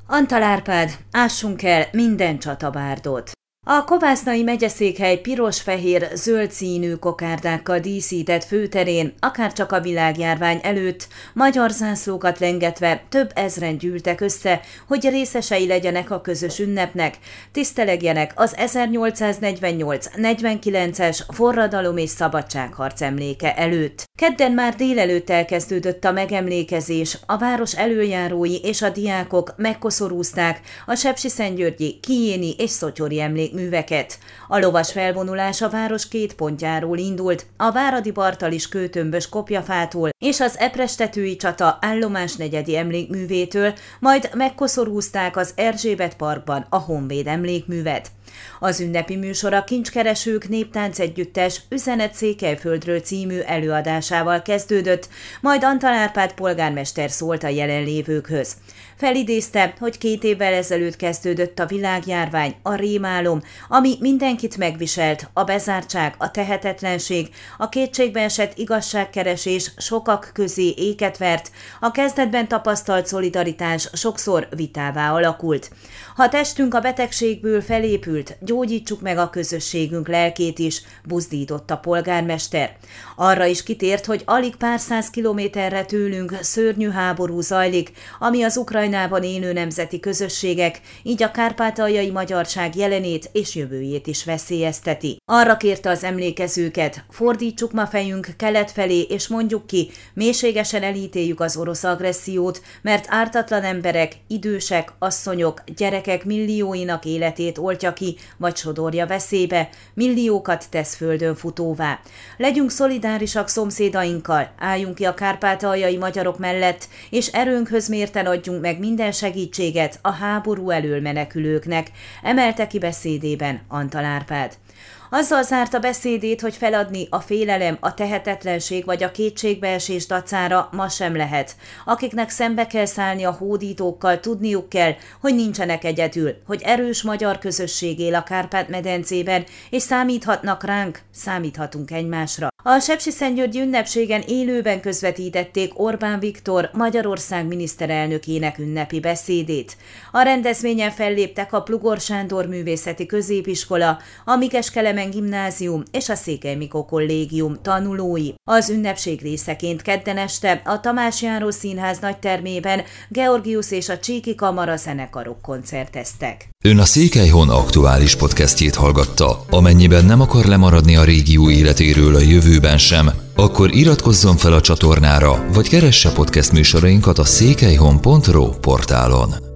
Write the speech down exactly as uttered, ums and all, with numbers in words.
Antal Árpád, ássunk el minden csatabárdot! A Kovásznai megyeszékhely piros-fehér-zöld színű kokárdákkal díszített főterén, akárcsak a világjárvány előtt, magyar zászlókat lengetve több ezren gyűltek össze, hogy részesei legyenek a közös ünnepnek, tisztelegjenek az ezernyolcszáznegyvennyolc negyvenkilences forradalom és szabadságharc emléke előtt. Kedden már délelőtt elkezdődött a megemlékezés, a város elöljárói és a diákok megkoszorúzták a sepsiszentgyörgyi, kijéni és szotyori emlékműveket. A lovas felvonulás a város két pontjáról indult, a váradi Bartalis kőtömbös kopjafától és az eprestetői csata állomásnegyedi emlékművétől, majd megkoszorúzták az Erzsébet parkban a Honvéd emlékművet. Az ünnepi műsor a Kincskeresők néptánc együttes Üzenet Székelyföldről című előadásával kezdődött, majd Antal Árpád polgármester szólt a jelenlévőkhöz. Felidézte, hogy két évvel ezelőtt kezdődött a világjárvány, a rémálom, ami mindenkit megviselt, a bezártság, a tehetetlenség, a kétségbeesett igazságkeresés sokak közé éket vert, a kezdetben tapasztalt szolidaritás sokszor vitává alakult. Ha testünk a betegségből felépült, gyógyítsuk meg a közösségünk lelkét is, buzdított a polgármester. Arra is kitért, hogy alig pár száz kilométerre tőlünk szörnyű háború zajlik, ami az Ukrajnában élő nemzeti közösségek, így a kárpátaljai magyarság jelenét és jövőjét is veszélyezteti. Arra kérte az emlékezőket, fordítsuk ma fejünk kelet felé, és mondjuk ki, mélységesen elítéljük az orosz agressziót, mert ártatlan emberek, idősek, asszonyok, gyerekek millióinak életét oltja ki, vagy sodorja veszélybe, milliókat tesz földön futóvá. Legyünk szolidárisak szomszédainkkal, álljunk ki a kárpátaljai magyarok mellett, és erőnkhöz mérten adjunk meg minden segítséget a háború elől menekülőknek, emelte ki beszédében Antal Árpád. Azzal zárta beszédét, hogy feladni a félelem, a tehetetlenség vagy a kétségbeesés dacára ma sem lehet. Akiknek szembe kell szállni a hódítókkal, tudniuk kell, hogy nincsenek egyedül, hogy erős magyar közösség él a Kárpát-medencében, és számíthatnak ránk, számíthatunk egymásra. A sepsiszentgyörgyi ünnepségen élőben közvetítették Orbán Viktor Magyarország miniszterelnökének ünnepi beszédét. A rendezvényen felléptek a Plugor Sándor Művészeti Középiskola, a Mikeskelemen Gimnázium és a Székely Mikó Kollégium tanulói. Az ünnepség részeként kedden este a Tamás János Színház nagytermében Georgius és a Csíki Kamara zenekarok koncerteztek. Ön a Székelyhon aktuális podcastjét hallgatta. Amennyiben nem akar lemaradni a régió életéről a jövőben sem, akkor iratkozzon fel a csatornára, vagy keresse podcast műsorainkat a székelyhon pont ro portálon.